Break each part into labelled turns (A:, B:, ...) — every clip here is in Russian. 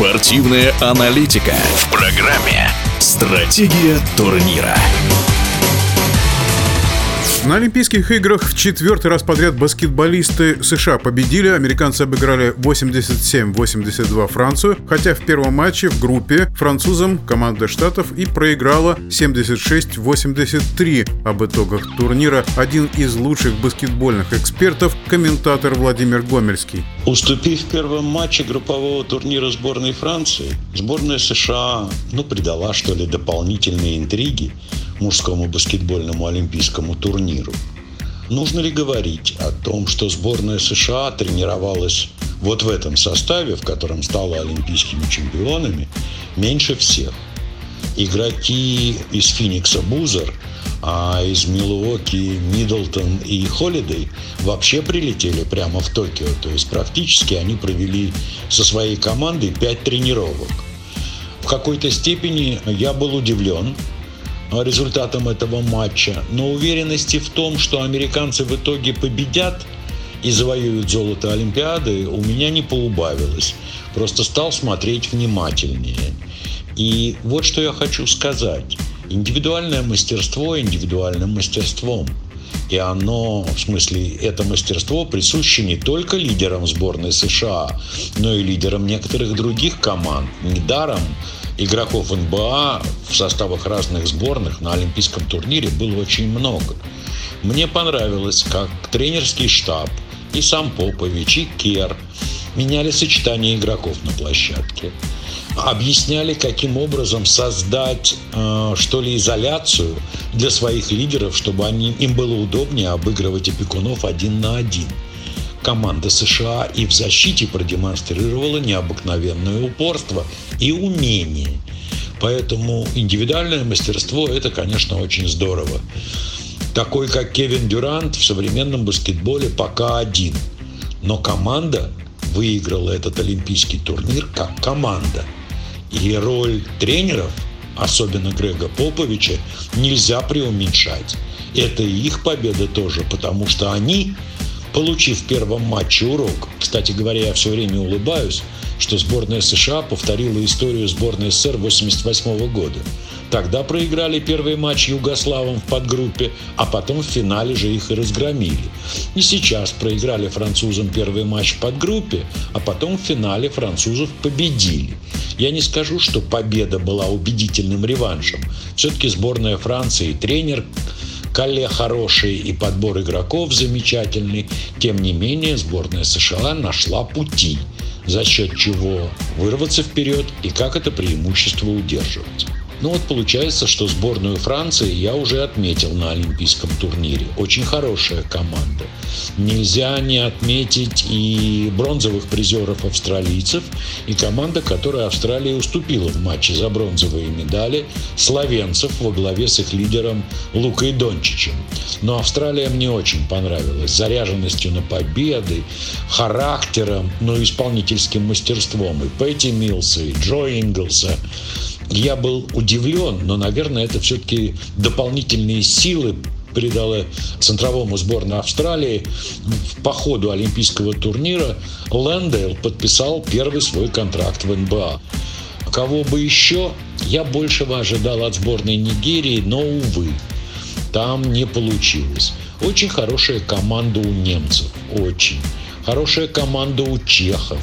A: Спортивная аналитика в программе «Стратегия турнира».
B: На Олимпийских играх в 4-й раз подряд баскетболисты США победили. Американцы обыграли 87-82 Францию, хотя в первом матче в группе французам команда Штатов и проиграла 76-83. Об итогах турнира один из лучших баскетбольных экспертов, комментатор Владимир Гомельский.
C: Уступив в первом матче группового турнира сборной Франции, сборная США придала, что ли, дополнительные интриги мужскому баскетбольному олимпийскому турниру. Нужно ли говорить о том, что сборная США тренировалась вот в этом составе, в котором стала олимпийскими чемпионами, меньше всех? Игроки из Феникса Бузер, а из Милуоки Миддлтон и Холидей вообще прилетели прямо в Токио. То есть практически они провели со своей командой 5 тренировок. В какой-то степени я был удивлен результатом этого матча, но уверенности в том, что американцы в итоге победят и завоюют золото Олимпиады, у меня не поубавилось. Просто стал смотреть внимательнее. И вот что я хочу сказать. Индивидуальное мастерство индивидуальным мастерством. И это мастерство присуще не только лидерам сборной США, но и лидерам некоторых других команд. Недаром игроков НБА в составах разных сборных на олимпийском турнире было очень много. Мне понравилось, как тренерский штаб и сам Попович, и Кер меняли сочетание игроков на площадке. Объясняли, каким образом создать, изоляцию для своих лидеров, чтобы им было удобнее обыгрывать опекунов 1 на 1. Команда США и в защите продемонстрировала необыкновенное упорство и умение. Поэтому индивидуальное мастерство – это, конечно, очень здорово. Такой, как Кевин Дюрант, в современном баскетболе пока один. Но команда выиграла этот олимпийский турнир как команда. И роль тренеров, особенно Грега Поповича, нельзя преуменьшать. Это и их победа тоже, потому что они, получив в первом матче урок, кстати говоря, я все время улыбаюсь, что сборная США повторила историю сборной СССР 1988 года. Тогда проиграли первый матч югославам в подгруппе, а потом в финале же их и разгромили. И сейчас проиграли французам первый матч в подгруппе, а потом в финале французов победили. Я не скажу, что победа была убедительным реваншем. Все-таки сборная Франции, тренер Калле хороший и подбор игроков замечательный. Тем не менее, сборная США нашла пути, за счет чего вырваться вперед и как это преимущество удерживать. Получается, что сборную Франции я уже отметил на олимпийском турнире. Очень хорошая команда. Нельзя не отметить и бронзовых призеров австралийцев, и команда, которой Австралия уступила в матче за бронзовые медали, словенцев во главе с их лидером Лукой Дончичем. Но Австралия мне очень понравилась. Заряженностью на победы, характером, исполнительским мастерством и Пэтти Милса, и Джо Инглса. Я был удивлен, но, наверное, это все-таки дополнительные силы придало центровому сборной Австралии. По ходу олимпийского турнира Лэндейл подписал первый свой контракт в НБА. Кого бы еще? Я большего ожидал от сборной Нигерии, но, увы, там не получилось. Очень хорошая команда у немцев, очень. Хорошая команда у чехов.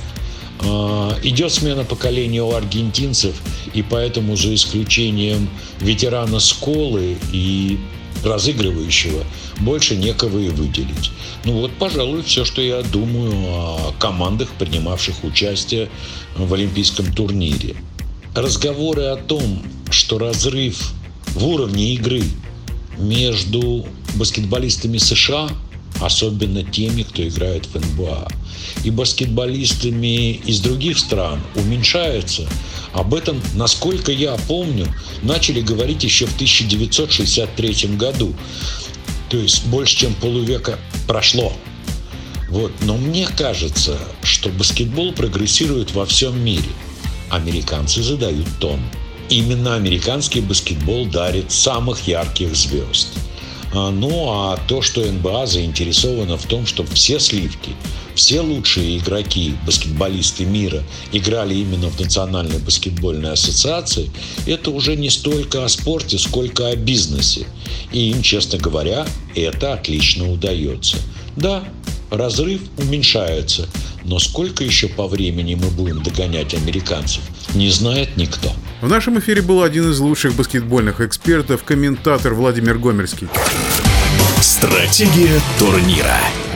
C: Идет смена поколения у аргентинцев, и поэтому, за исключением ветерана Сколы и разыгрывающего, больше некого и выделить. Пожалуй, все, что я думаю о командах, принимавших участие в олимпийском турнире. Разговоры о том, что разрыв в уровне игры между баскетболистами США, особенно теми, кто играет в НБА, и баскетболистами из других стран, уменьшается. Об этом, насколько я помню, начали говорить еще в 1963 году. То есть больше, чем полувека прошло. Но мне кажется, что баскетбол прогрессирует во всем мире. Американцы задают тон. Именно американский баскетбол дарит самых ярких звезд. Ну а то, что НБА заинтересована в том, чтобы все сливки, все лучшие игроки, баскетболисты мира играли именно в Национальной баскетбольной ассоциации, это уже не столько о спорте, сколько о бизнесе. И им, честно говоря, это отлично удается. Да, разрыв уменьшается, но сколько еще по времени мы будем догонять американцев, не знает никто.
B: В нашем эфире был один из лучших баскетбольных экспертов, комментатор Владимир Гомельский.
A: Стратегия турнира.